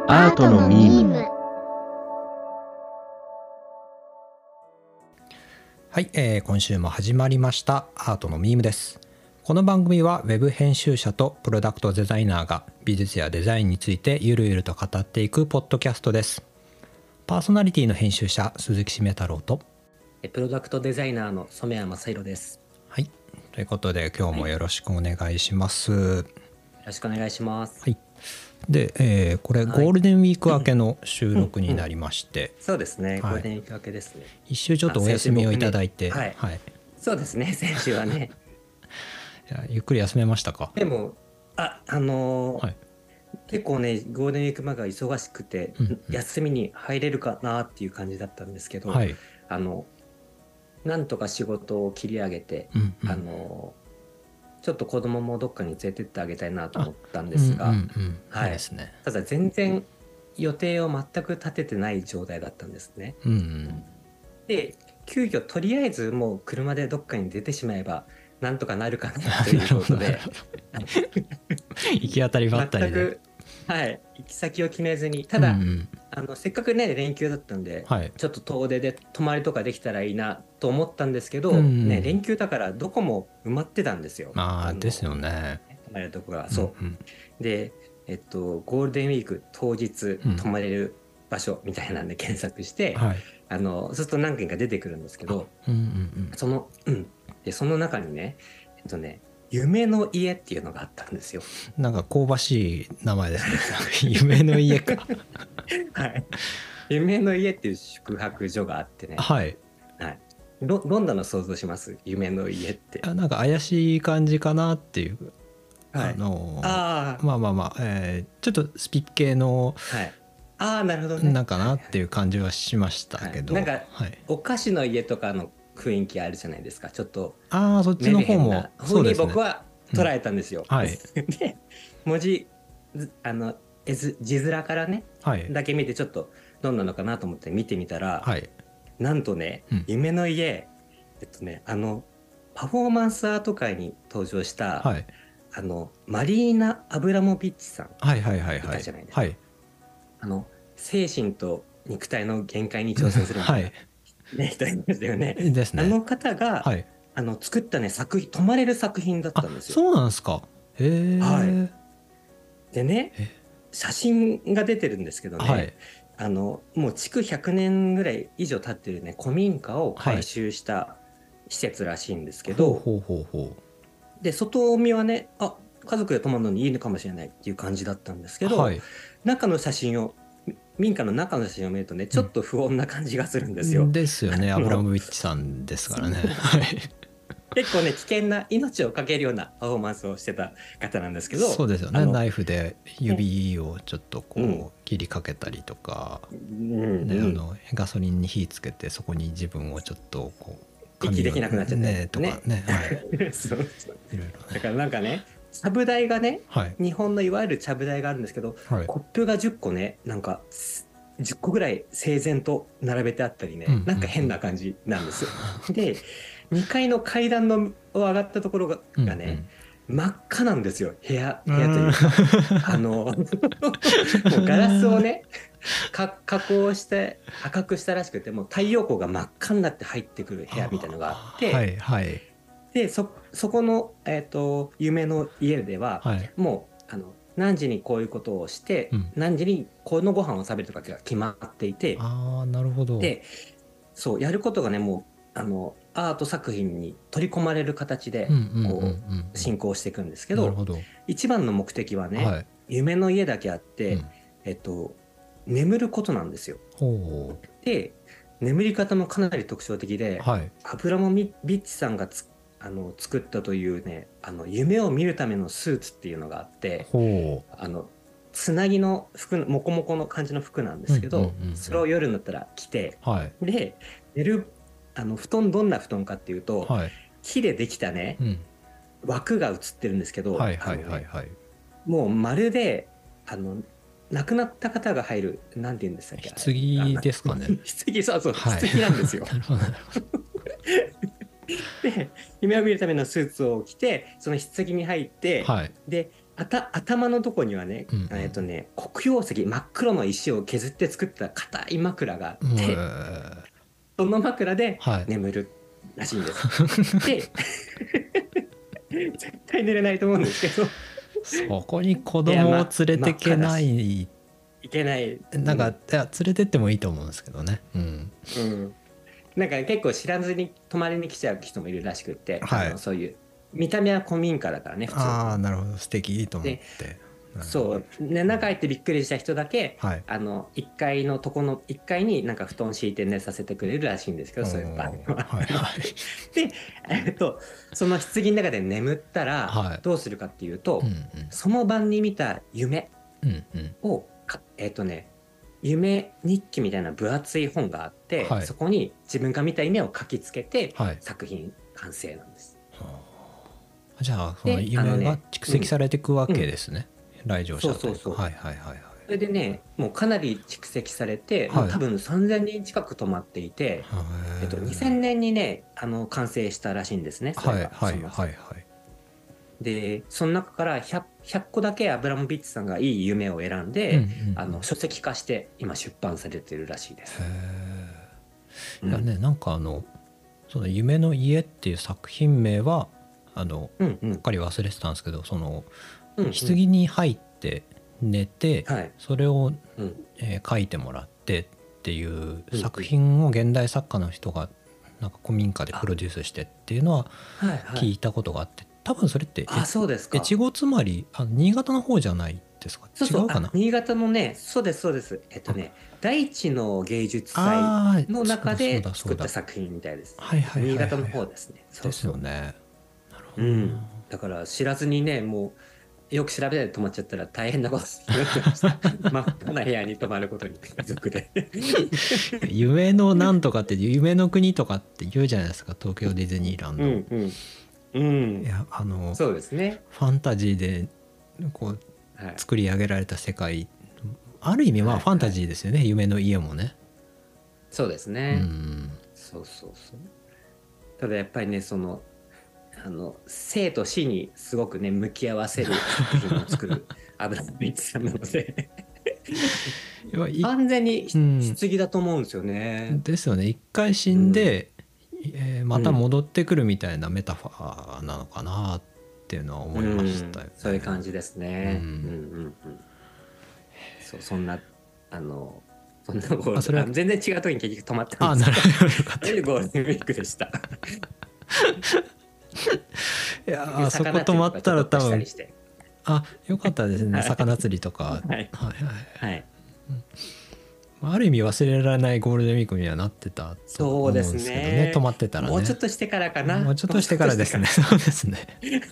アートのミーム。 はい、今週も始まりましたアートのミームです。この番組はウェブ編集者とプロダクトデザイナーが美術やデザインについてゆるゆると語っていくポッドキャストです。パーソナリティの編集者鈴木しめ太郎とプロダクトデザイナーの染谷正弘です。 はい、ということで今日もよろしくお願いします。 よろしくお願いします。 はい。で、これゴールデンウィーク明けの収録になりまして、 そうですね、 はい、 ゴールデンウィーク明けですね。 一週ちょっとお休みをいただいて、 はい、そうですね、先週はねゆっくり休めましたか？ でも結構ねゴールデンウィーク前が忙しくて、休みに入れるかなっていう感じだったんですけど、なんとか仕事を切り上げて、ちょっと子供もどっかに連れてってあげたいなと思ったんですが、ただ全然予定を全く立ててない状態だったんですね。で、急遽とりあえずもう車でどっかに出てしまえばなんとかなるかなということで行き当たりばったりで行き先を決めずに、ただ、せっかくね連休だったんで、ちょっと遠出で泊まりとかできたらいいなと思ったんですけど、連休だからどこも埋まってたんですよ。 ですよね。 泊まれるとこが、で、ゴールデンウィーク当日泊まれる場所みたいなんで検索して、そうすると何件か出てくるんですけど、その中にね夢の家っていうのがあったんですよ。 なんか香ばしい名前ですね夢の家か夢の家っていう宿泊所があってね、どんなの想像します？夢の家って。 なんか怪しい感じかなっていう、ちょっとスピッ系の、 なるほどね、 なんかなっていう感じはしましたけど、 なんか、お菓子の家とかの雰囲気あるじゃないですか。ちょっとそっちの方もそうですね、僕は捉えたんですよ。で、文字字面からね、だけ見てちょっとどんなのかなと思って見てみたら、なんとね、夢の家パフォーマンスアート界に登場した、マリーナ・アブラモビッチさんいたじゃないですか。精神と肉体の限界に挑戦するみたいな人いましたよね。あの方が、作ったね作品、泊まれる作品だったんですよ。 そうなんですか。 でね、写真が出てるんですけどね、もう築100年ぐらい以上経ってるね古民家を改修した施設らしいんですけど、で外見はね家族で泊まるのにいいのかもしれないっていう感じだったんですけど、中の写真を民家の中の写真を見るとね、ちょっと不穏な感じがするんですよ。 ですよね。アブラモビッチさんですからね結構ね危険な命をかけるようなパフォーマンスをしてた方なんですけど、 そうですよね。ナイフで指をちょっとこう切りかけたりとか、ガソリンに火つけてそこに自分をちょっとこう息できなくなっちゃったりとかね。 だからなんかね、ちゃぶ台がね、日本のいわゆるちゃぶ台があるんですけど、コップが10個ね、なんか10個ぐらい整然と並べてあったりね、なんか変な感じなんですよ。で、2階の階段を上がったところがね、真っ赤なんですよ。部屋というかもうガラスをね加工して赤くしたらしくて、もう太陽光が真っ赤になって入ってくる部屋みたいなのがあって、でそこの、夢の家では、もう何時にこういうことをして、何時にこのご飯を食べるとかが決まっていて、 なるほど。 でそうやることがね、もうアート作品に取り込まれる形で進行していくんですけど、一番の目的はね、夢の家だけあって、眠ることなんですよ。で眠り方もかなり特徴的で、アブラモビッチさんが作ったというね、夢を見るためのスーツっていうのがあって、つなぎの服、モコモコの感じの服なんですけど、それを夜になったら着て、で寝る布団、どんな布団かっていうと、木でできたね、枠が映ってるんですけど、もうまるで亡くなった方が入る、なんて言うんですか、 棺ですかね。 棺、そう棺なんですよ。で夢を見るためのスーツを着てその棺に入って、で頭のとこにはね、黒曜石、真っ黒の石を削って作った硬い枕があって、その枕で眠るらしいんです。で絶対寝れないと思うんですけどそこに子供を連れてけない、 いけない。 なんか、いや連れてってもいいと思うんですけどね。 なんか結構知らずに泊まりに来ちゃう人もいるらしくって、 はい、 そういう見た目は古民家だからね、普通。 ああ、なるほど、素敵と思って。 そうね、中入ってびっくりした人だけ、 はい、 1階のとこの1階になんか布団敷いて寝させてくれるらしいんですけど、そういう場合は。はいはい、で、その棺の中で眠ったらどうするかっていうと、その晩に見た夢を、夢日記みたいな分厚い本があって、そこに自分が見た夢を書きつけて、作品完成なんです。 じゃあその夢が蓄積されていくわけですね。来場者と。そう。はいはいはい。 それでね、もうかなり蓄積されて、多分3000人近く泊まっていて、2000年にね完成したらしいんですね。 はいはいはいはい。 でその中から100個だけアブラモビッチさんがいい夢を選んで、書籍化して今出版されてるらしいです。 いやね、なんかその夢の家っていう作品名はうっかり忘れてたんですけど、その棺に入って寝て、それを書いてもらってっていう作品を現代作家の人がなんか古民家でプロデュースしてっていうのは聞いたことがあって、多分それって越後妻有、新潟の方じゃないですか。違うかな。 新潟のね、そうですそうです。大地の芸術祭の中で作った作品みたいです。新潟の方ですね。 ですよね。 なるほど。だから知らずにね、もうよく調べないで泊まっちゃったら大変なことになってました。真っ赤な部屋に泊まることに家族で。 夢のなんとかって夢の国とかって言うじゃないですか、東京ディズニーランド。いやそうですね。 ファンタジーでこう作り上げられた世界、ある意味まあファンタジーですよね、夢の家もね。 そうですね。そう。ただやっぱりね、その生と死にすごくね向き合わせる作品を作るアブラモビッチさんなので完全に棺だと思うんですよね。 ですよね。一回死んで、また戻ってくるみたいなメタファーなのかなっていうのは思いましたよね。 そういう感じですね。そんなゴール全然違う時に結局止まったんですけど、ゴールデンウィークでした。 いやそこ止まったら多分よかったですね。魚釣りとかある意味忘れられないゴールデンウィークにはなってたと思うんですけどね。止まってたらね。 もうちょっとしてからかな。 もうちょっとしてからですね。そうですね。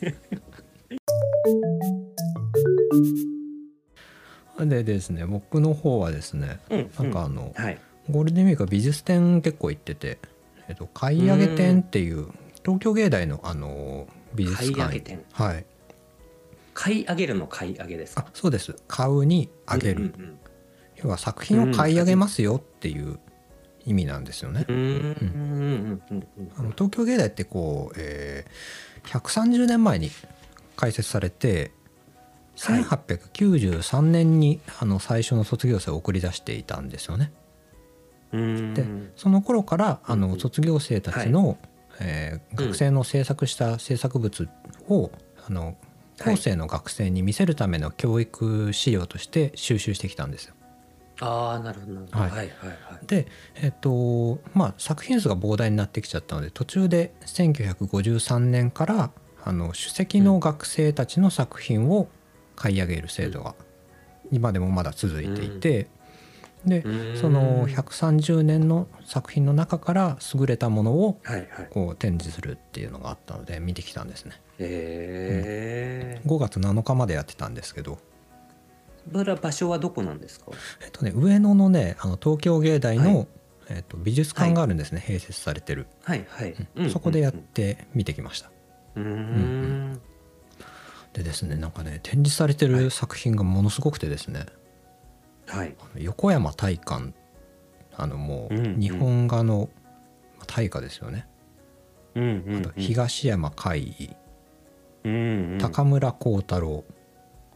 でですね、僕の方はですね、なんかゴールデンウィークは美術展結構行ってて、買い上げ展っていう東京芸大の美術館。 買い上げ展。はい。買い上げるの買い上げですか。 そうです。買うに上げる。要は作品を買い上げますよっていう意味なんですよね。東京芸大ってこう、130年前に開設されて、1893年に最初の卒業生を送り出していたんですよね。でその頃から卒業生たちの、学生の制作した制作物を後世の学生に見せるための教育資料として収集してきたんですよ。 なるほど。 で、作品数が膨大になってきちゃったので、途中で1953年から首席の学生たちの作品を買い上げる制度が今でもまだ続いていて、でその130年の作品の中から優れたものをこう展示するっていうのがあったので見てきたんですね。5月7日までやってたんですけど。 場所はどこなんですか？ 上野のね東京芸大の、美術館があるんですね、併設されてる。そこでやって見てきました。でですね、なんかね展示されてる作品がものすごくてですね、横山大観、もう日本画の大家ですよね。あと東山魁夷、高村光太郎、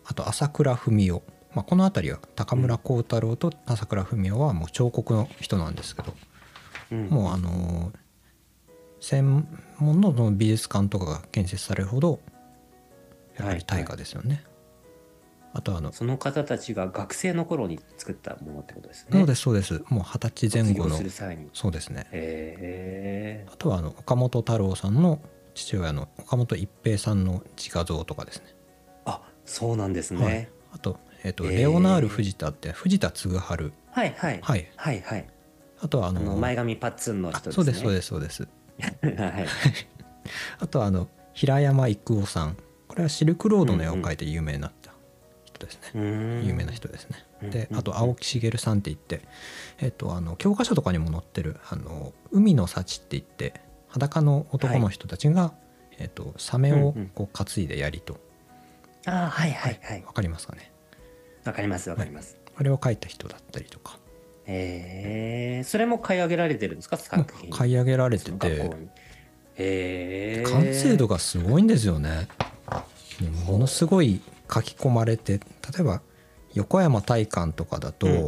あと朝倉文夫、この辺りは高村光太郎と朝倉文夫はもう彫刻の人なんですけど、もう専門の美術館とかが建設されるほどやはり大家ですよね。あとその方たちが学生の頃に作ったものってことですね。 そうですそうです。もう20歳前後の。 卒業する際に。 そうですね。あとは岡本太郎さんの父親の岡本一平さんの自画像とかですね。 あ、そうなんですね。 あと、レオナール藤田って藤田嗣治。 はいはいはいはい。 あとは前髪パッツンの人ですね。 そうですそうですそうです。 はい。 あと平山育夫さん。これはシルクロードの絵を描いて有名になった人ですね。有名な人ですね。で、あと青木茂さんって言って、教科書とかにも載ってる海の幸って言って裸の男の人たちが、サメをこう担いでやりと。 ああ、はいはいはい。 わかりますかね。 わかりますわかります。 あれを描いた人だったりとか。 それも買い上げられてるんですか、作品。 買い上げられてて、完成度がすごいんですよね。ものすごい書き込まれて、例えば横山大観とかだと、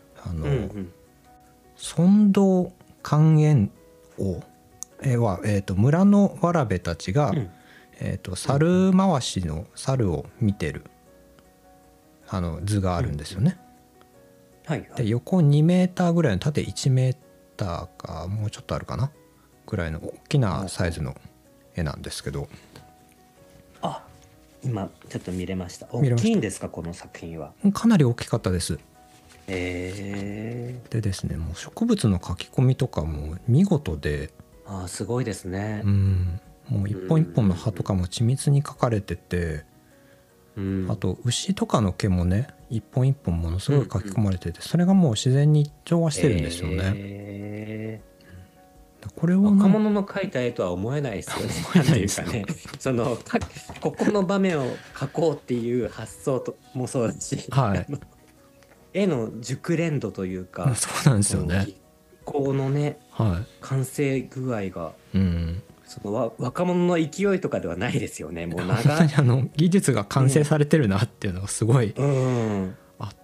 尊道寛延王は、村のわらべたちが、猿回しの猿を見てる図があるんですよね。で横2メーターぐらいの縦1メーターかもうちょっとあるかなぐらいの大きなサイズの絵なんですけど、 あ、今ちょっと見れました。大きいんですか、この作品は。 かなり大きかったです。 でですね、もう植物の書き込みとかも見事で、 すごいですね。 もう一本一本の葉とかも緻密に描かれてて、あと牛とかの毛もね一本一本ものすごい書き込まれてて、それがもう自然に調和してるんですよね。これを若者の描いた絵とは思えないですよね。思えないですかね。ここの場面を描こうっていう発想もそうだし、絵の熟練度というか、 そうなんですよね。 このね、完成具合が、その若者の勢いとかではないですよね。もう本当に技術が完成されてるなっていうのがすごいあって、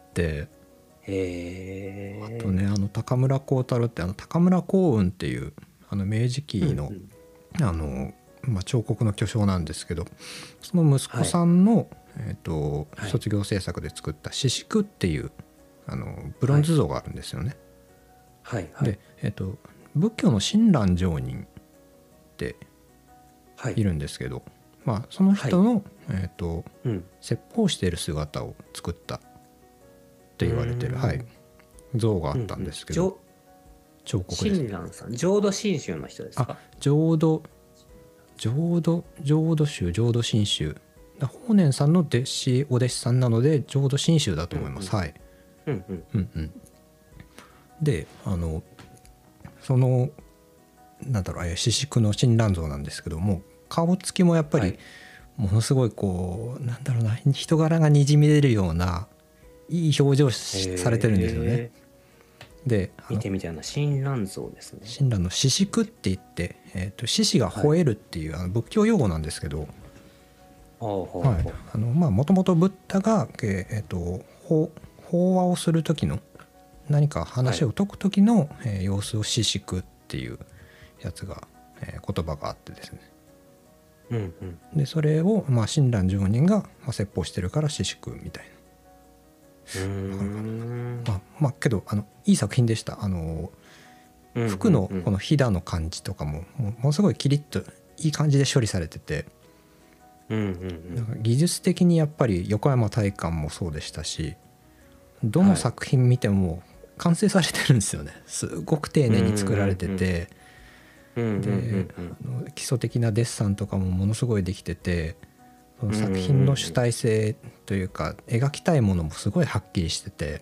あとね高村光太郎って高村光雲っていう明治期の、彫刻の巨匠なんですけど、その息子さんの、卒業制作で作った獅子っていうブロンズ像があるんですよね。で、仏教の親鸞上人っているんですけど、その人の、説法している姿を作ったって言われてる、像があったんですけど、彫刻です。 親鸞さん、浄土真宗の人ですか？ 浄土真宗、法然さんのお弟子さんなので浄土真宗だと思います。でその獅子の親鸞像なんですけども、顔つきもやっぱりものすごいこう人柄がにじみ出るようないい表情されてるんですよね。で見てみたいな親鸞像ですね。 親鸞の獅子って言って、獅子が吠えるっていう仏教用語なんですけど、もともとブッダが、法話をする時の何か話を解く時の、様子を獅子っていうやつが、言葉があってですね、でそれを、親鸞上人が、説法してるから獅子みたいな。けどいい作品でした。服のこのひだの感じとかもものすごいキリッといい感じで処理されてて、技術的にやっぱり横山大観もそうでしたし、どの作品見ても完成されてるんですよね。すごく丁寧に作られてて、で基礎的なデッサンとかもものすごいできてて、その作品の主体性というか描きたいものもすごいはっきりしてて、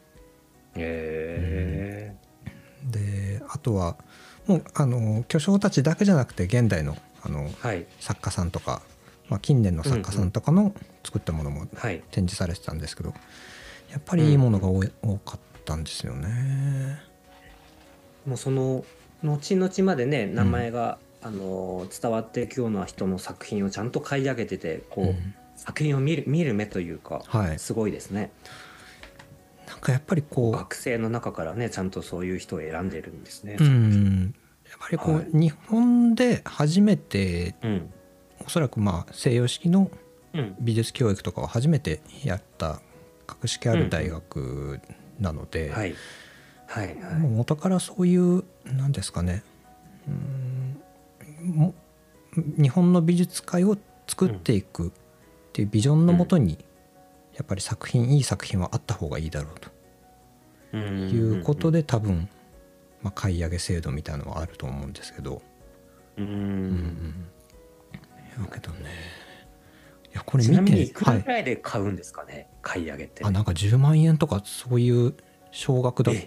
であとはもう巨匠たちだけじゃなくて現代の作家さんとか、近年の作家さんとかの作ったものも展示されてたんですけど、やっぱりいいものが多かったんですよね。 もうその後々までね名前が、伝わっていくような人の作品をちゃんと買い上げてて、こう、 作品を見る目というか、 はい、 すごいですね。 なんかやっぱりこう学生の中からねちゃんとそういう人を選んでるんですね。 やっぱりこう、はい、日本で初めて、おそらくまあ西洋式の美術教育とかを初めてやった格式ある大学なので、もう元からそういうなんですかね、日本の美術界を作っていくっていうビジョンのもとに、やっぱりいい作品はあった方がいいだろうということで、多分、まあ、買い上げ制度みたいなのはあると思うんですけど、だけどね、いやこれ見て、 ちなみにいくらぐらいで買うんですかね、はい、買い上げて。 なんか10万円とかそういう少額だった。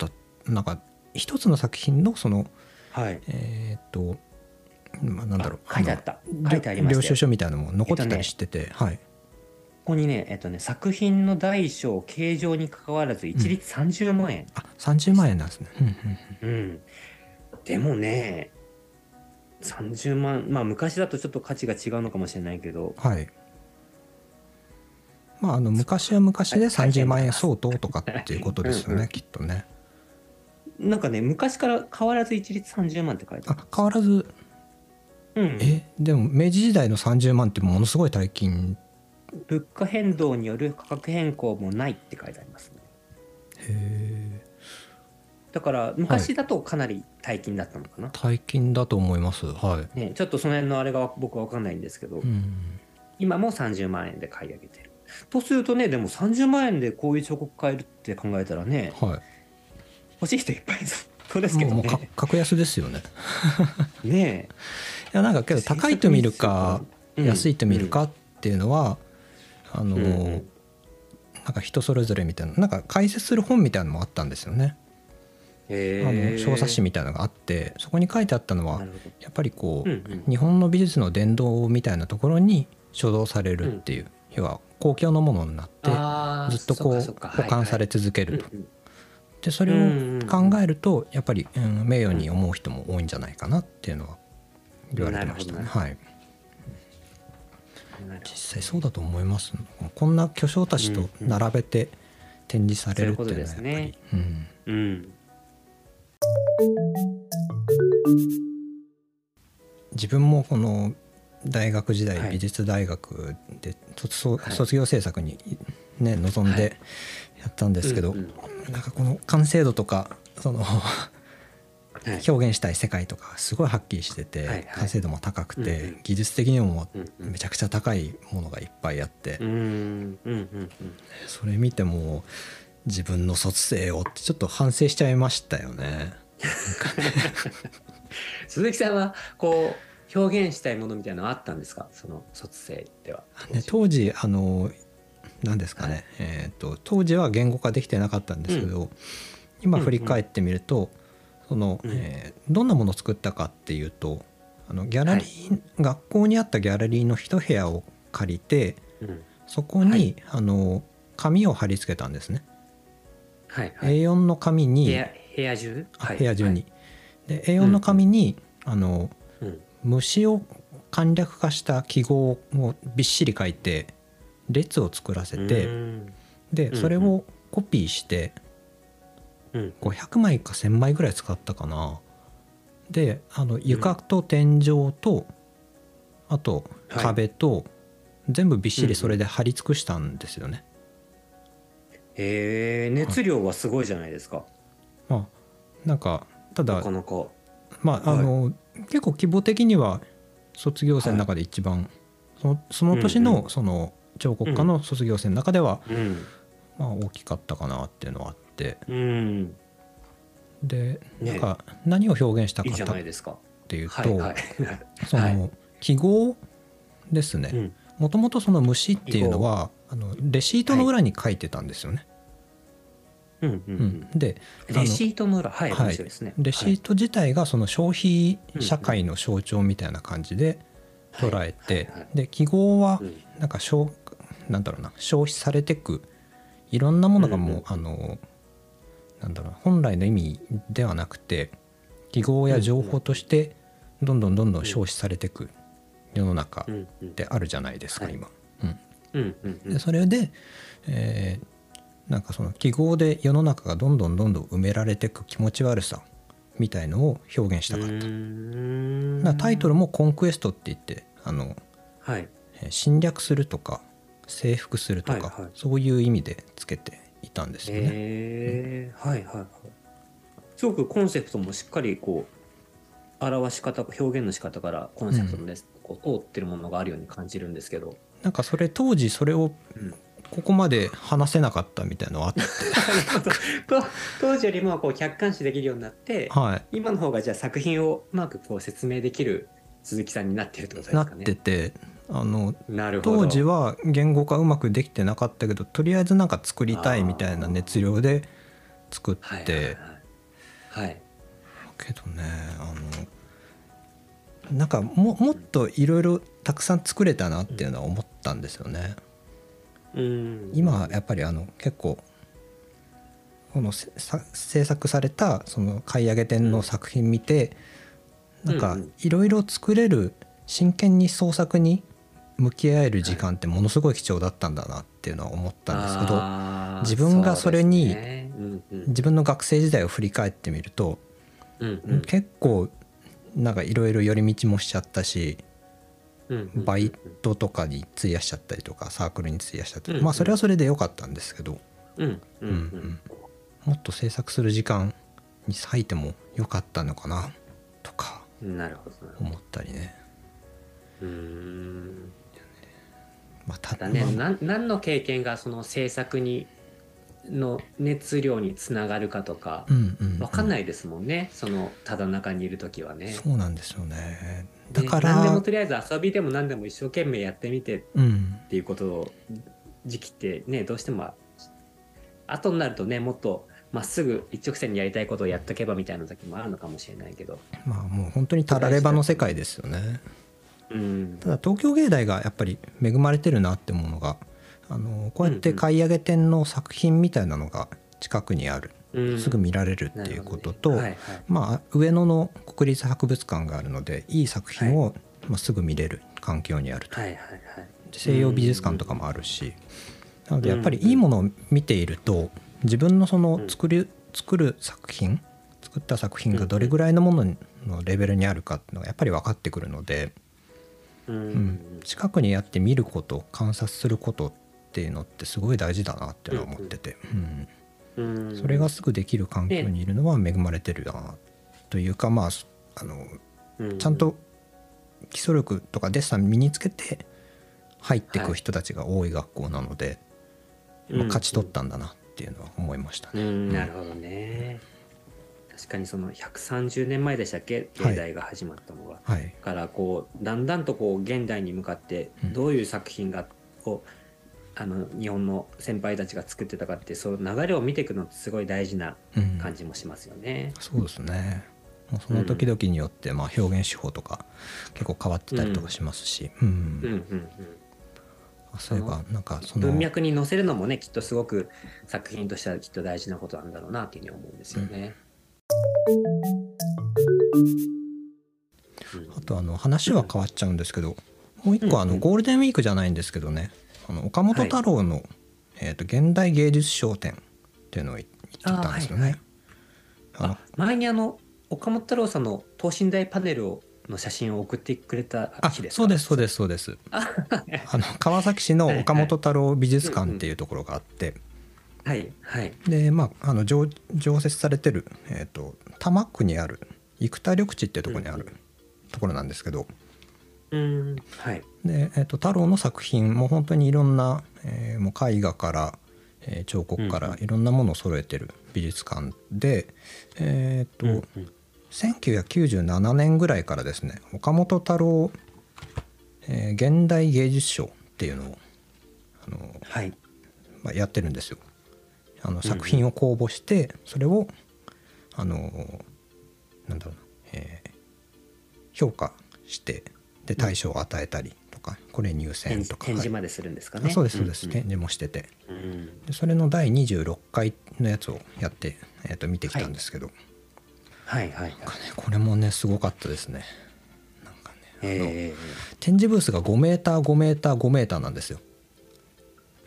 なんか一つの作品のその、まあ、なんだろう、 書いてあった、書いてありましたよ、 領収書みたいなのも残ってたりしてて、はい、 ここにね、作品の大小形状にかかわらず一律30万円、 30万円なんですね。 でもね、30万、まあ昔だとちょっと価値が違うのかもしれないけど、 はい、まあ昔は昔で30万円相当とかっていうことですよね、きっとね。 なんかね、昔から変わらず一律30万って書いてある。 変わらず。でも明治時代の30万ってものすごい大金。 物価変動による価格変更もないって書いてありますね。だから昔だとかなり大金だったのかな。 大金だと思います。はい。 ね、ちょっとその辺のあれが僕は分かんないんですけど、今も30万円で買い上げてる。とするとね、でも30万円でこういう彫刻買えるって考えたらね、欲しい人いっぱいそうですけどね。 もう格安ですよね。 ねえ。 いやなんかけど高いと見るか安いと見るかっていうのはなんか人それぞれみたいな、なんか解説する本みたいなのもあったんですよね。小冊子みたいなのがあって、そこに書いてあったのはやっぱりこう、日本の美術の殿堂みたいなところに所蔵されるっていう、要は公共のものになってずっとこう保管され続けると。でそれを考えるとやっぱり、名誉に思う人も多いんじゃないかなっていうのは言われてましたね。はい。実際そうだと思います。こんな巨匠たちと並べて展示されるっていうのはやっぱり。自分もこの大学時代、美術大学で卒業制作に、ね、臨んでやったんですけど、なんかこの完成度とかその表現したい世界とかすごいはっきりしてて、完成度も高くて、技術的にもめちゃくちゃ高いものがいっぱいあって、それ見ても自分の卒生をってちょっと反省しちゃいましたよね。 鈴木さんはこう表現したいものみたいなのあったんですか、その卒生では。 当時何ですかね、当時は言語化できてなかったんですけど、今振り返ってみるとその、どんなものを作ったかっていうと、ギャラリー、学校にあったギャラリーの一部屋を借りて、そこに、紙を貼り付けたんですね。A4 の紙に部屋中に、で A4 の紙に、虫を簡略化した記号をびっしり書いて列を作らせて、でそれをコピーして500枚か1000枚ぐらい使ったかな。で床と天井とあと壁と全部びっしりそれで貼り尽くしたんですよね。 熱量はすごいじゃないですか。 なんかただなかなか結構規模的には卒業生の中で一番、その年のその彫刻家の卒業生の中では大きかったかなっていうのはあって、でなんか何を表現したかったっていうと、その記号ですね。もともとその虫っていうのはレシートの裏に書いてたんですよね。でレシートの裏、面白いですね。 レシート自体がその消費社会の象徴みたいな感じで捉えて、で記号はなんかなんだろうな、消費されてくいろんなものがもうなんだろう、本来の意味ではなくて記号や情報としてどんどん消費されてく世の中であるじゃないですか今。 でそれで、なんかその記号で世の中がどんどん埋められていく気持ち悪さみたいのを表現したかった。だからタイトルもコンクエストって言ってはい、 侵略するとか征服するとか、はいはい、そういう意味でつけていたんですよね。 はいはいはい。すごくコンセプトもしっかりこう表し方表現の仕方からコンセプトのです、こう通ってるものがあるように感じるんですけど、 なんかそれ当時それをここまで話せなかったみたいなのあって当時よりもこう客観視できるようになって、はい、今の方がじゃあ作品をうまくこう説明できる鈴木さんになってるってことですかね。 なってて当時は言語化うまくできてなかったけどとりあえずなんか作りたいみたいな熱量で作って、はいはいはいはい、けどねなんかもっといろいろたくさん作れたなっていうのは思ったんですよね。今やっぱり結構この制作されたその買い上げ店の作品見て、なんかいろいろ作れる真剣に創作に向き合える時間ってものすごい貴重だったんだなっていうのは思ったんですけど、自分がそれに自分の学生時代を振り返ってみると結構なんかいろいろ寄り道もしちゃったし、バイトとかに費やしちゃったりとかサークルに費やしちゃったり、まあそれはそれで良かったんですけど、もっと制作する時間に割いても良かったのかなとか思ったりね。 まあ、ただね、何の経験がその制作の熱量につながるかとか分かんないですもんね、そのただ中にいる時はね。 そうなんですよね。だから何でもとりあえず遊びでも何でも一生懸命やってみてっていうことを時期ってね、どうしても後になるとね、もっとまっすぐ一直線にやりたいことをやっとけばみたいな時もあるのかもしれないけど、 まあもう本当にたらればの世界ですよね。ただ東京芸大がやっぱり恵まれてるなって思うのがこうやって買い上げ店の作品みたいなのが近くにある、すぐ見られるっていうことと、まあ上野の国立博物館があるのでいい作品をすぐ見れる環境にあると、西洋美術館とかもあるし、なのでやっぱりいいものを見ていると自分のその作る作った作品がどれぐらいのもののレベルにあるかっていうのがやっぱり分かってくるので、近くにやって見ること観察することっていうのってすごい大事だなって思ってて、それがすぐできる環境にいるのは恵まれてるなというか、まあちゃんと基礎力とかデッサン身につけて入ってく人たちが多い学校なので、勝ち取ったんだなっていうのは思いましたね。 なるほどね。確かにその130年前でしたっけ、芸大が始まったのが、からこうだんだんとこう現代に向かってどういう作品がこう日本の先輩たちが作ってたかっていうその流れを見ていくのってすごい大事な感じもしますよね。 そうですね。もうその時々によってまあ表現手法とか結構変わってたりとかしますし、そういえばなんかその文脈に載せるのもね、きっとすごく作品としてはきっと大事なことなんだろうなっていうふうに思うんですよね。 あと話は変わっちゃうんですけど、もう一個ゴールデンウィークじゃないんですけどね、岡本太郎の、現代芸術商展っていうのを行ってたんですよね。 前に岡本太郎さんの等身大パネルの写真を送ってくれた日ですか？ そうです川崎市の岡本太郎美術館っていうところがあって、でまあ常設されてる多摩区にある生田緑地っていうところにあるところなんですけど、で太郎の作品も本当にいろんな、もう絵画から、彫刻からいろんなものを揃えてる美術館で、1997年ぐらいからですね、岡本太郎、現代芸術賞っていうのをやってるんですよ。作品を公募してそれをなんだろうな、評価してで大賞を与えたりとか、これ入選とか展示までするんですかね。 そうです展示もしてて、でそれの第26回のやつをやって、見てきたんですけど、これもねすごかったですね。なんかね展示ブースが5m5m5mなんですよ。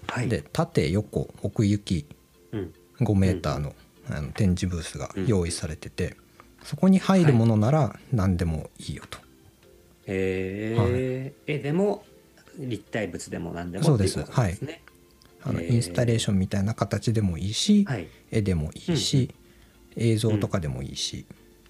はい、 で縦横奥行き5メーターの、展示ブースが用意されてて、そこに入るものなら何でもいいよと。 へえ、絵でも立体物でも何でもそうです。 っていうことですね。 インスタレーションみたいな形でもいいし、 はい、 絵でもいいし、映像とかでもいいし、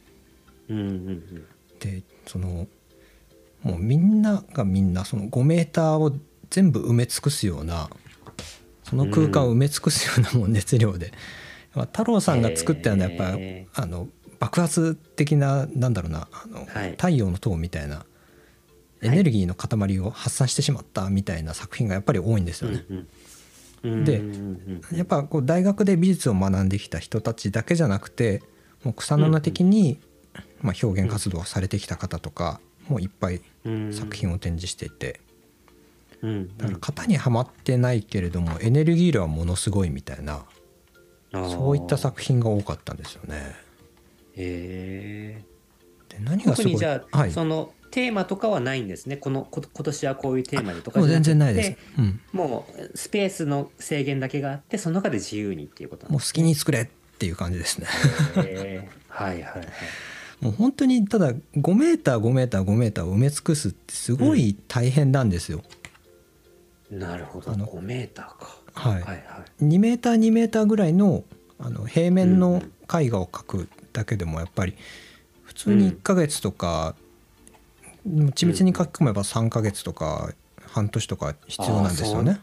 でもうみんながみんなその5メーターを全部埋め尽くすような、その空間を埋め尽くすようなもう熱量で、太郎さんが作ったようなやっぱ爆発的な、なんだろうな、太陽の塔みたいなエネルギーの塊を発散してしまったみたいな作品がやっぱり多いんですよね。でやっぱこう大学で美術を学んできた人たちだけじゃなくて、もう草の根的に表現活動をされてきた方とかもういっぱい作品を展示していて、だから型にはまってないけれどもエネルギー量はものすごいみたいな、そういった作品が多かったんですよね。 で何がすごい、 特にじゃあ、そのテーマとかはないんですね。今年はこういうテーマでとかじゃなくて、 全然ないです、 もうスペースの制限だけがあって、その中で自由にっていうことなんですね。 もう好きに作れっていう感じですね。 はいはいはい。 もう本当にただ5メーター5メーター5メーターを埋め尽くすってすごい大変なんですよ。 なるほど。5メーターか。 はいはい。2メーター2メーターぐらいの平面の絵画を描くだけでもやっぱり普通に1ヶ月とか、緻密に書き込めば3ヶ月とか半年とか必要なんですよね。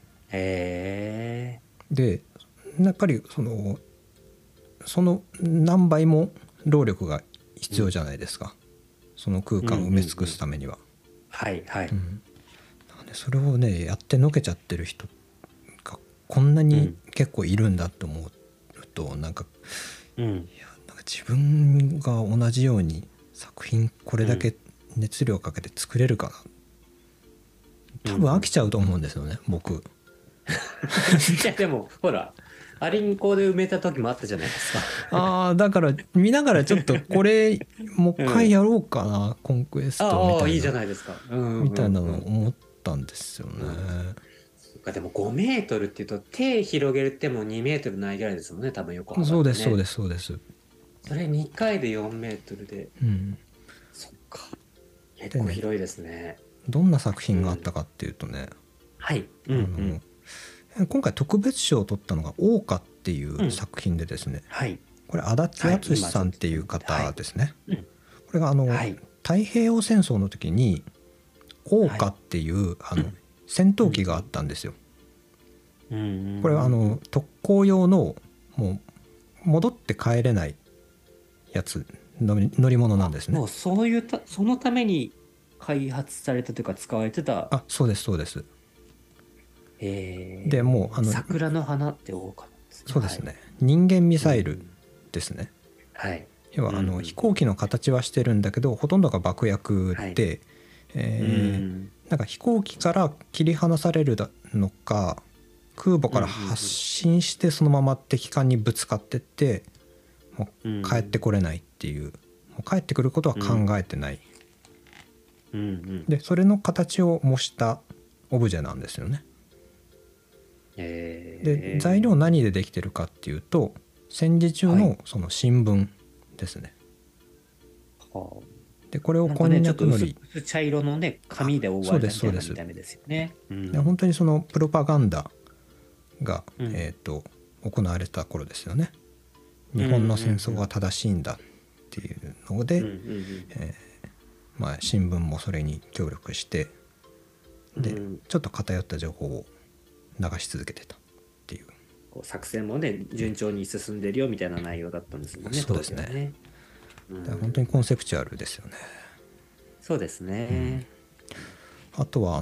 でやっぱりその何倍も労力が必要じゃないですか、その空間を埋め尽くすためには。 はいはい。 なのでそれをねやってのけちゃってる人がこんなに結構いるんだと思うと、なんか自分が同じように作品これだけ熱量かけて作れるかな、多分飽きちゃうと思うんですよね、僕。いやでもほらアリンコで埋めた時もあったじゃないですか。だから見ながらちょっとこれもう一回やろうかな、コンクエストみたいな、 いいじゃないですか、 みたいなのを思ったんですよね。 でも5メートルっていうと手広げても2メートルないぐらいですもんね、多分横幅ってね。 そうですそうですそうです。 それ2回で4メートルで、そっか、結構広いですね。 どんな作品があったかっていうとね、今回特別賞を取ったのが「桜花」っていう作品でですね、これ足立敦さんっていう方ですね。これが太平洋戦争の時に桜花っていう戦闘機があったんですよ。これは特攻用のもう戻って帰れないやつ乗り物なんですね。 もうそのために開発されたというか使われてた。 そうですそうです。 でもう桜の花って桜花なんですね。 そうですね、人間ミサイルですね。要は飛行機の形はしてるんだけどほとんどが爆薬で、なんか飛行機から切り離されるのか空母から発進してそのまま敵艦にぶつかってってもう帰ってこれないっていう、もう帰ってくることは考えてない、でそれの形を模したオブジェなんですよね。で材料何でできてるかっていうと戦時中のその新聞ですね。でこれをこんにゃくのり、 茶色のね紙で覆われたみたいな見た目ですよね。 本当にそのプロパガンダが行われた頃ですよね。日本の戦争は正しいんだっていうので新聞もそれに協力してでちょっと偏った情報を流し続けてたっていう、 作戦もね順調に進んでるよみたいな内容だったんですもんね。 そうですね。だから本当にコンセプチュアルですよね。 そうですね。 あとは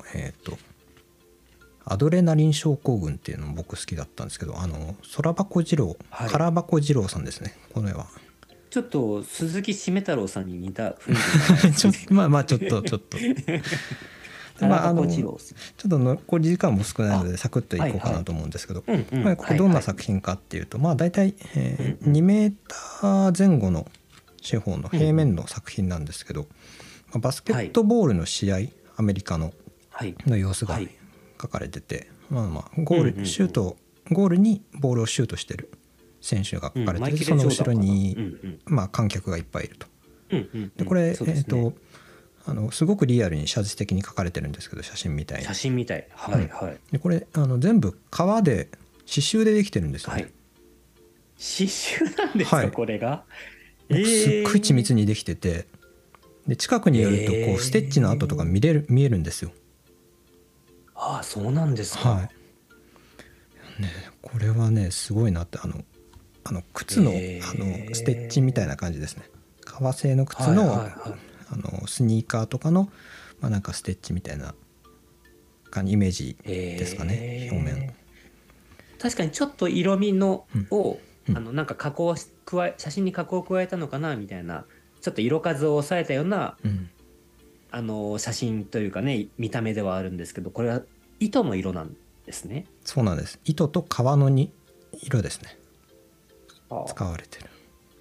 アドレナリン症候群っていうのも僕好きだったんですけど、空箱二郎、空箱二郎さんですね、この絵は。 ちょっと鈴木しめ太郎さんに似た雰囲気ちょっとちょっと残り時間も少ないのでサクッといこうかなと思うんですけど、これどんな作品かっていうと、大体2メーター前後の四方の平面の作品なんですけど、バスケットボールの試合、アメリカの様子が描かれてて、 ゴール、シュート、ゴールにボールをシュートしてる選手が書かれてて、その後ろに、観客がいっぱいいると。でこれ、すごくリアルに写実的に描かれてるんですけど、写真みたいに。 写真みたい。はいはい。 でこれ全部革で刺繍でできてるんですよね。 刺繍なんですか、これが。 すっごい緻密にできてて、で近くに寄るとこうステッチの跡とか見えるんですよ。 ああ、そうなんですか。 ね、これはねすごいなって、靴のステッチみたいな感じですね。革製の靴の、スニーカーとかの、なんかステッチみたいなイメージですかね、表面。 確かにちょっと色味のを、なんか写真に加工を加えたのかなみたいな、ちょっと色数を抑えたような、写真というかね、見た目ではあるんですけど、これは糸の色なんですね。 そうなんです。糸と革の色ですね、使われてる。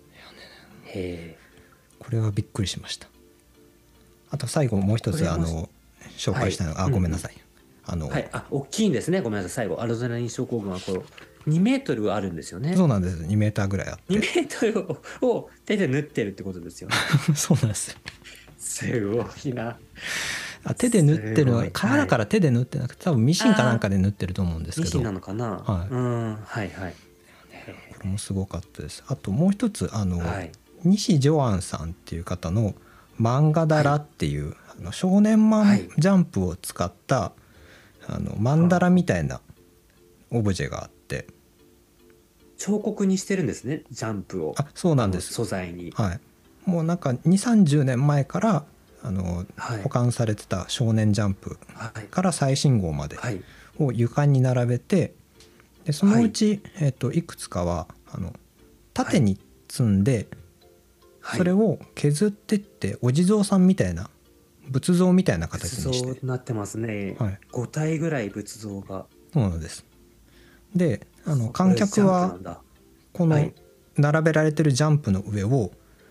これはびっくりしました。あと最後もう一つ紹介したいのが、ごめんなさい。 大きいんですね。ごめんなさい。最後アドレナリン症候群はこう2メートルあるんですよね。 そうなんです。2メーターぐらいあって 2メートルを手で縫ってるってことですよね。 そうなんですよ。 すごいな。 手で縫ってるのは革だから手で縫ってなくて、多分ミシンかなんかで縫ってると思うんですけど。 ミシンなのかな。はいはい。 これもすごかったです。あともう一つ西ジョアンさんっていう方の漫画だらっていう、少年マンジャンプを使ったマンダラみたいなオブジェがあって、 彫刻にしてるんですね、ジャンプを。 そうなんです。 素材に。 もうなんか2、30年前から保管されてた少年ジャンプから最新号までを床に並べて、でそのうち、いくつかは縦に積んで、それを削ってってお地蔵さんみたいな仏像みたいな形にして、 仏像になってますね。5体ぐらい仏像が。 そうなんです。で観客はこの並べられてるジャンプの上を、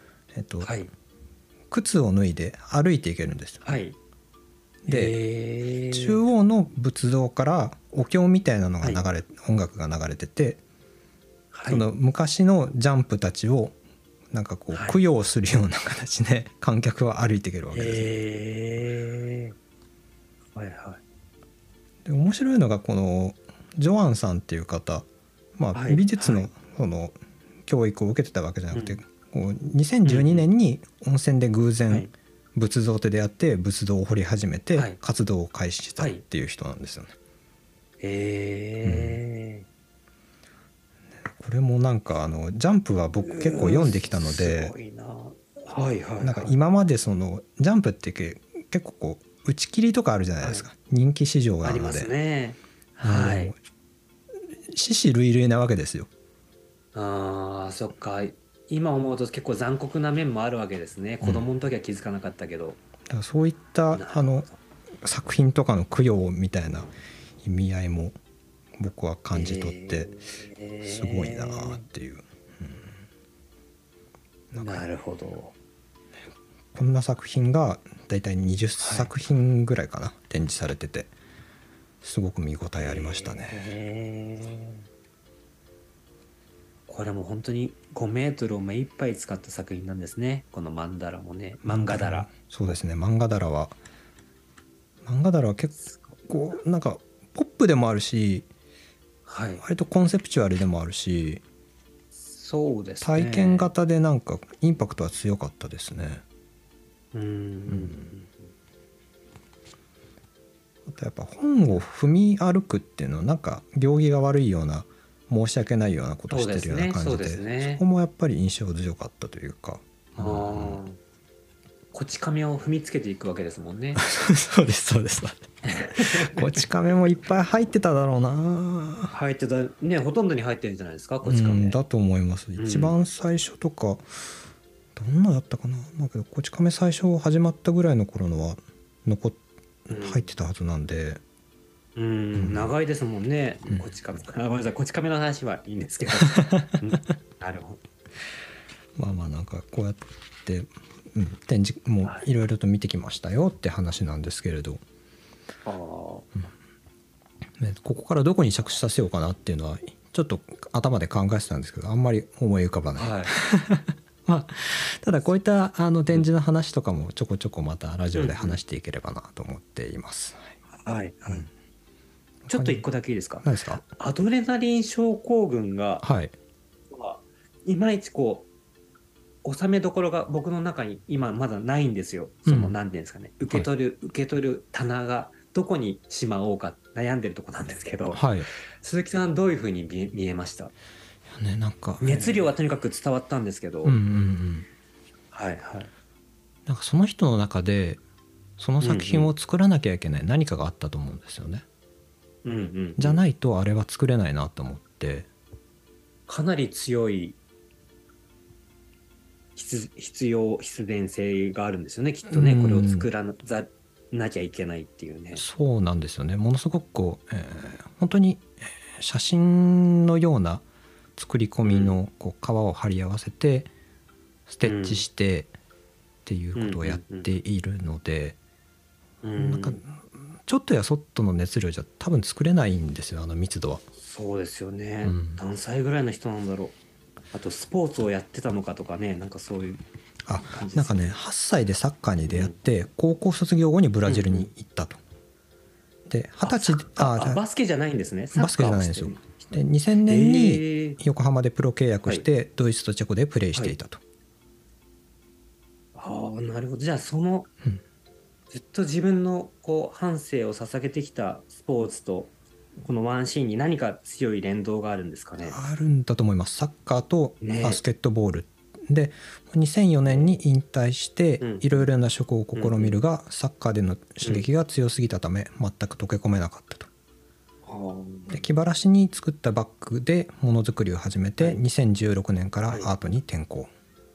靴を脱いで歩いていけるんですよ。で中央の仏像からお経みたいなのが音楽が流れてて、その昔のジャンプたちをなんかこう供養するような形で観客は歩いていけるわけです。で面白いのが、このジョアンさんっていう方、美術のその教育を受けてたわけじゃなくて、こう2012年に温泉で偶然仏像と出会って仏像を彫り始めて活動を開始したっていう人なんですよね。これもなんかジャンプは僕結構読んできたので、なんか今までそのジャンプって結構こう打ち切りとかあるじゃないですか、人気市場があるので、死死類類なわけですよ。 そっか。今思うと結構残酷な面もあるわけですね。子供の時は気づかなかったけど、 だからそういった作品とかの供養みたいな意味合いも僕は感じ取ってすごいなっていう、 なるほど。 こんな作品がだいたい20作品ぐらいかな、展示されてて、すごく見応えありましたね。 これも本当に5メートルを目いっぱい使った作品なんですね、この漫画だら。 そうですね、漫画だらは結構なんかポップでもあるし、割とコンセプチュアルでもあるし、 そうですね、 体験型でなんかインパクトは強かったですね。あとやっぱ本を踏み歩くっていうのはなんか行儀が悪いような、申し訳ないようなことをしてるような感じで、そこもやっぱり印象強かったというか、 こち亀を踏みつけていくわけですもんね。 そうですこち亀もいっぱい入ってただろうな。 入ってたね、ほとんどに入ってるんじゃないですか、こち亀。 だと思います。一番最初とかどんなだったかな、けどこち亀最初始まったぐらいの頃のは入ってたはずなんで、 長いですもんね、こち亀。ごめんなさい、こち亀の話はいいんですけど。なるほど。なんかこうやって展示もいろいろと見てきましたよって話なんですけれど、 ね、ここからどこに着地させようかなっていうのはちょっと頭で考えてたんですけど、あんまり思い浮かばない、はい、まあ、ただこういった展示の話とかもちょこちょこまたラジオで話していければなと思っています。 はい、はい、ちょっと一個だけいいですか。 何ですか。 アドレナリン症候群が、 はい、 いまいちこう収めどころが僕の中に今まだないんですよ。その何ていうんですかね、受け取る棚がどこにしまおうか悩んでるとこなんですけど、 はい、 鈴木さんどういうふうに見えました？ ね、なんか熱量はとにかく伝わったんですけど、はいはい。 なんかその人の中でその作品を作らなきゃいけない何かがあったと思うんですよね。じゃないとあれは作れないなと思って、 かなり強い必然性があるんですよね、きっとね、これを作らなきゃいけないっていうね。 そうなんですよね。ものすごくこう、本当に写真のような作り込みのこう皮を貼り合わせてステッチしてっていうことをやっているので、なんかちょっとやそっとの熱量じゃ多分作れないんですよ、あの密度は。 そうですよね、何歳ぐらいの人なんだろう。あとスポーツをやってたのかとかね、なんかそういう感じです。 なんかね、8歳でサッカーに出会って、高校卒業後にブラジルに行ったと。で20歳でバスケじゃないんですね。 バスケじゃないんですよ。で2000年に横浜でプロ契約して、ドイツとチェコでプレーしていたと。 なるほど。じゃあその、ずっと自分のこう半生を捧げてきたスポーツとこのワンシーンに何か強い連動があるんですかね。 あるんだと思います。サッカーとバスケットボール、で2004年に引退していろいろな職を試みるが、サッカーでの刺激が強すぎたため全く溶け込めなかったと。で気晴らしに作ったバッグでものづくりを始めて、2016年からアートに転向、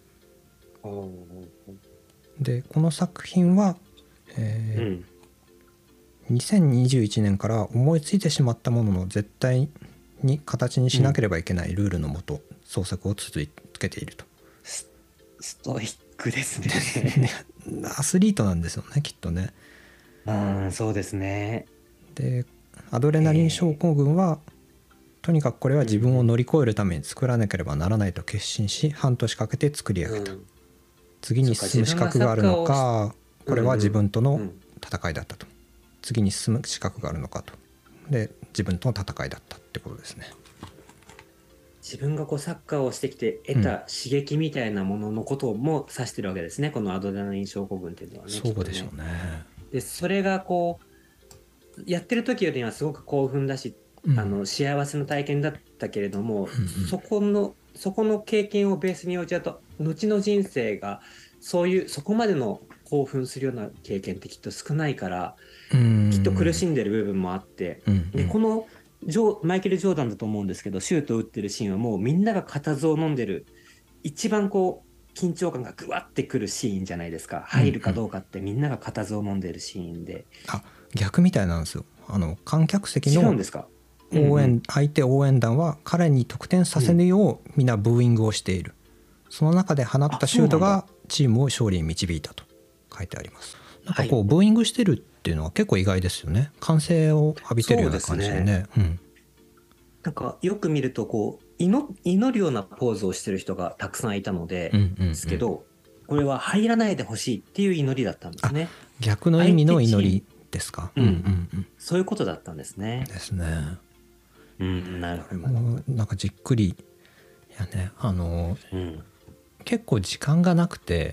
でこの作品は、2021年から思いついてしまったものの絶対に形にしなければいけないルールのもと創作を続けていると。 ストイックですね。 アスリートなんですよね、きっとね。 そうですね。 でアドレナリン症候群は、とにかくこれは自分を乗り越えるために作らなければならないと決心し、半年かけて作り上げた。次に進む資格があるのか、これは自分との戦いだったと。次に進む資格があるのかと。で自分との戦いだったってことですね。 自分がこうサッカーをしてきて得た刺激みたいなもののことも指してるわけですね、このアドレナリン症候群っていうのはね。 そうでしょうね。 でそれがこうやってる時よりはすごく興奮だし、幸せの体験だったけれども、そこの経験をベースに置いちゃうと後の人生がそこまでの興奮するような経験ってきっと少ないから、きっと苦しんでる部分もあって、でこのマイケル・ジョーダンだと思うんですけど、シュートを打ってるシーンはもうみんなが固唾を飲んでる、一番こう緊張感がぐわってくるシーンじゃないですか。入るかどうかってみんなが固唾を飲んでるシーンで。 逆みたいなんですよ。観客席の違うんですか。 相手応援団は彼に得点させぬようみんなブーイングをしている。その中で放ったシュートがチームを勝利に導いたと書いてあります。なんかこうブーイングしてるっていうのは結構意外ですよね。歓声を浴びてるような感じでね。 なんかよく見るとこう祈るようなポーズをしてる人がたくさんいたので、ですけど、これは入らないでほしいっていう祈りだったんですね。 逆の意味の祈りですか。 そういうことだったんですね。 ですね。 なるほど。 なんかじっくり、いやね、結構時間がなくて、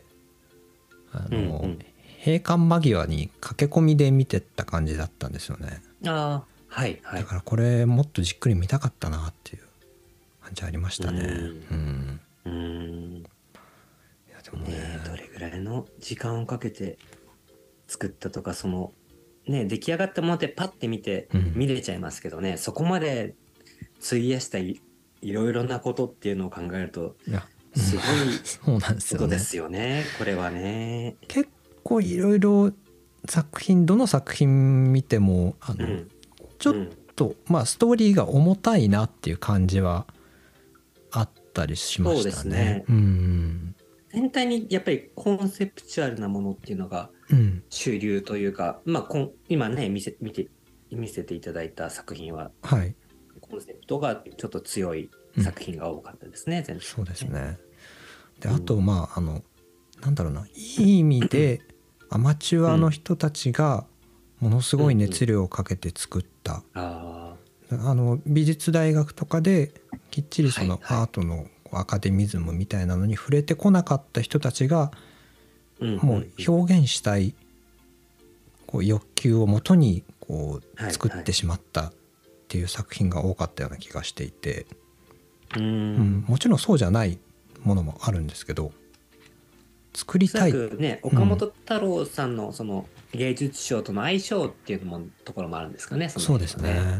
閉館間際に駆け込みで見てった感じだったんですよね。 はい、 だからこれもっとじっくり見たかったなっていう感じありましたね。いやでもね、どれぐらいの時間をかけて作ったとか、そのね、出来上がったものでパッて見て見れちゃいますけどね、そこまで費やしたいろいろなことっていうのを考えるとすごいことですよね。これはね、 結構いろいろどの作品見てもちょっとストーリーが重たいなっていう感じはあったりしましたね。そうですね。 全体にやっぱりコンセプチュアルなものっていうのが主流というか、今ね見て見せていただいた作品は、 はい、 コンセプトがちょっと強い作品が多かったですね、全然。 そうですね。であとなんだろうな、いい意味でアマチュアの人たちがものすごい熱量をかけて作った、美術大学とかできっちりそのアートのアカデミズムみたいなのに触れてこなかった人たちがもう表現したいこう欲求をもとにこう作ってしまったっていう作品が多かったような気がしていて、もちろんそうじゃないものもあるんですけど、作りたい、 ね、岡本太郎さんのその芸術賞との相性っていうところもあるんですかね。 そうですね。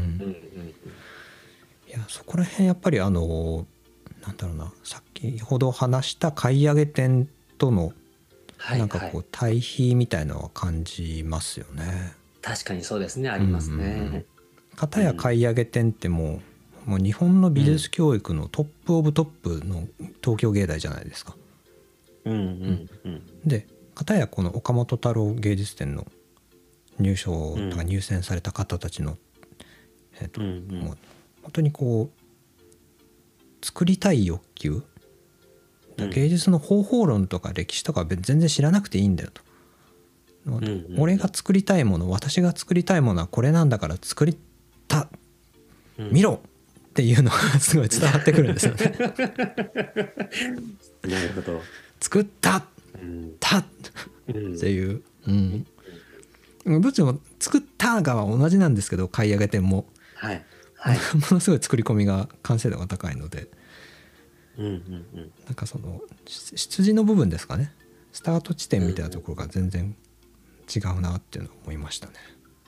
いやそこら辺やっぱりなんだろうな、先ほど話した買い上げ店とのなんかこう対比みたいのは感じますよね。 確かにそうですね、ありますね。 片や買い上げ店ってもう日本の美術教育のトップオブトップの東京芸大じゃないですか。で片やこの岡本太郎芸術展の入賞とか入選された方たちの、もう本当にこう作りたい欲求、芸術の方法論とか歴史とか全然知らなくていいんだよと、俺が作りたいもの、私が作りたいものはこれなんだから作りた、見ろっていうのがすごい伝わってくるんですよね。 なるほど。 作ったっていう、どっちも作ったがは同じなんですけど、買い上げ店も、ものすごい作り込みが完成度が高いので、なんかその出自の部分ですかね、スタート地点みたいなところが全然違うなっていうのを思いましたね。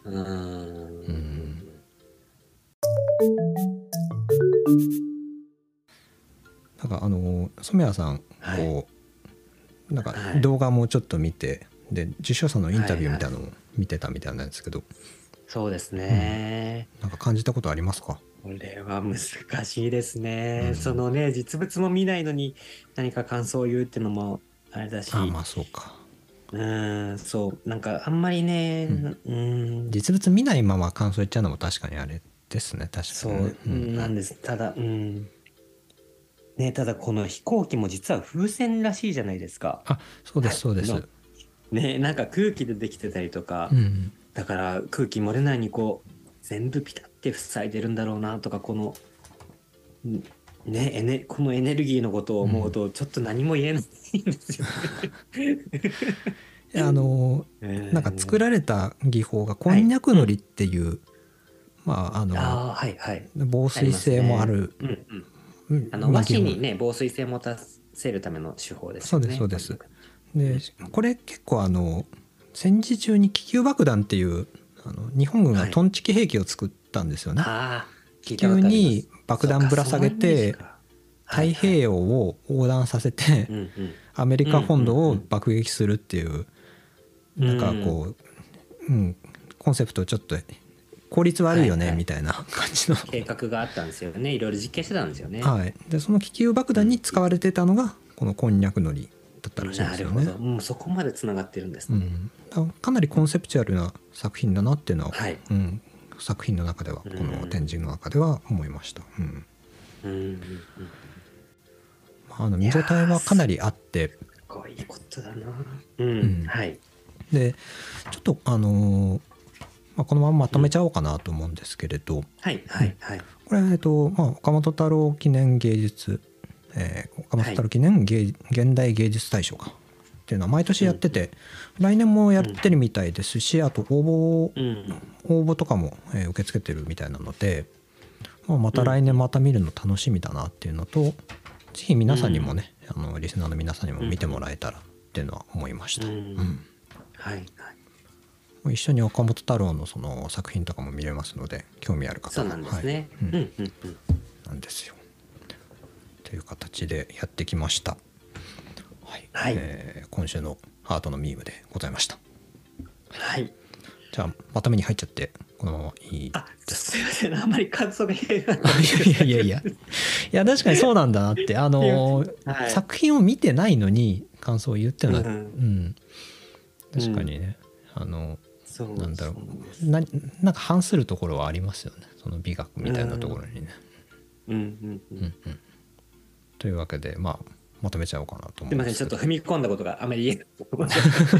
なんか染谷さんこうなんか動画もちょっと見て、で受賞者のインタビューみたいなのも見てたみたいなんですけど、 そうですね、 なんか感じたことありますか？ これは難しいですね、そのね実物も見ないのに何か感想を言うっていうのもあれだし、 まあそうか、 そうなんかあんまりね、 実物見ないまま感想言っちゃうのも確かにあれですね。確かにね、 そうなんです。ただただこの飛行機も実は風船らしいじゃないですか。 そうですそうです。 ね、なんか空気でできてたりとか、だから空気漏れないにこう全部ピタッて塞いでるんだろうなとか、このねこのエネルギーのことを思うとちょっと何も言えないんですよね。なんか作られた技法がこんにゃくのりっていう、防水性もある、 和紙にね防水性を持たせるための手法ですよね。 そうですそうです。でこれ結構戦時中に気球爆弾っていう日本軍がトンチキ兵器を作ったんですよね。気球に爆弾ぶら下げて太平洋を横断させてアメリカ本土を爆撃するっていう、なんかこう、コンセプトちょっと効率悪いよねみたいな感じの計画があったんですよね。いろいろ実験してたんですよね。 でその気球爆弾に使われてたのがこのこんにゃくのりだったらしいんですよね。 なるほど、そこまでつながってるんですね。 かなりコンセプチュアルな作品だなっていうのは、作品の中ではこの展示の中では思いました。見応えはかなりあって、 すごいことだな。 でちょっとこのまままとめちゃおうかなと思うんですけれど、これ岡本太郎記念芸術、岡本太郎記念現代芸術大賞かっていうのは毎年やってて、来年もやってるみたいですし、あと応募とかも受け付けてるみたいなので、また来年また見るの楽しみだなっていうのと、ぜひ皆さんにもね、リスナーの皆さんにも見てもらえたらっていうのは思いました。一緒に岡本太郎のその作品とかも見れますので、興味ある方は。そうなんですね。なんですよ。という形でやってきました。今週のアートのミームでございました。じゃあまとめに入っちゃってこのままいいですか？ すいません、あんまり感想が言えない。 いや確かにそうなんだなって作品を見てないのに感想を言ってるのは、確かにねなんだろう、なんか反するところはありますよね、その美学みたいなところにね。というわけでまとめちゃおうかなと思います。 すみません、ちょっと踏み込んだことがあまり言えない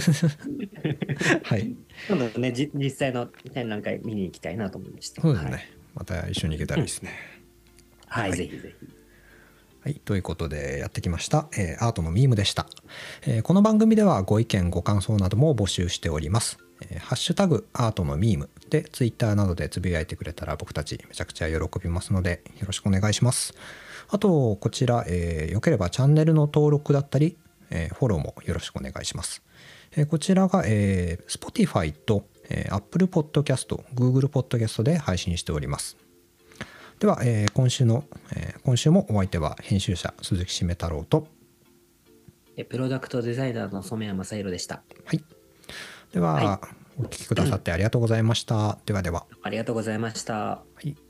はい。今度ね、実際の展覧会見に行きたいなと思いました。 そうですね。また一緒に行けたらいいですね。 はい、ぜひぜひ。 はい、ということでやってきました、アートのミームでした。この番組ではご意見ご感想なども募集しております。ハッシュタグアートのミームでツイッターなどでつぶやいてくれたら僕たちめちゃくちゃ喜びますのでよろしくお願いします。あとこちら、よければチャンネルの登録だったり、フォローもよろしくお願いします。こちらが、Spotify と、Apple Podcast、Google Podcast で配信しております。では、今週もお相手は編集者鈴木しめ太郎とプロダクトデザイナーの染谷正宏でした。 はい。では、お聞きくださってありがとうございました。ではでは。 ありがとうございました。 はい。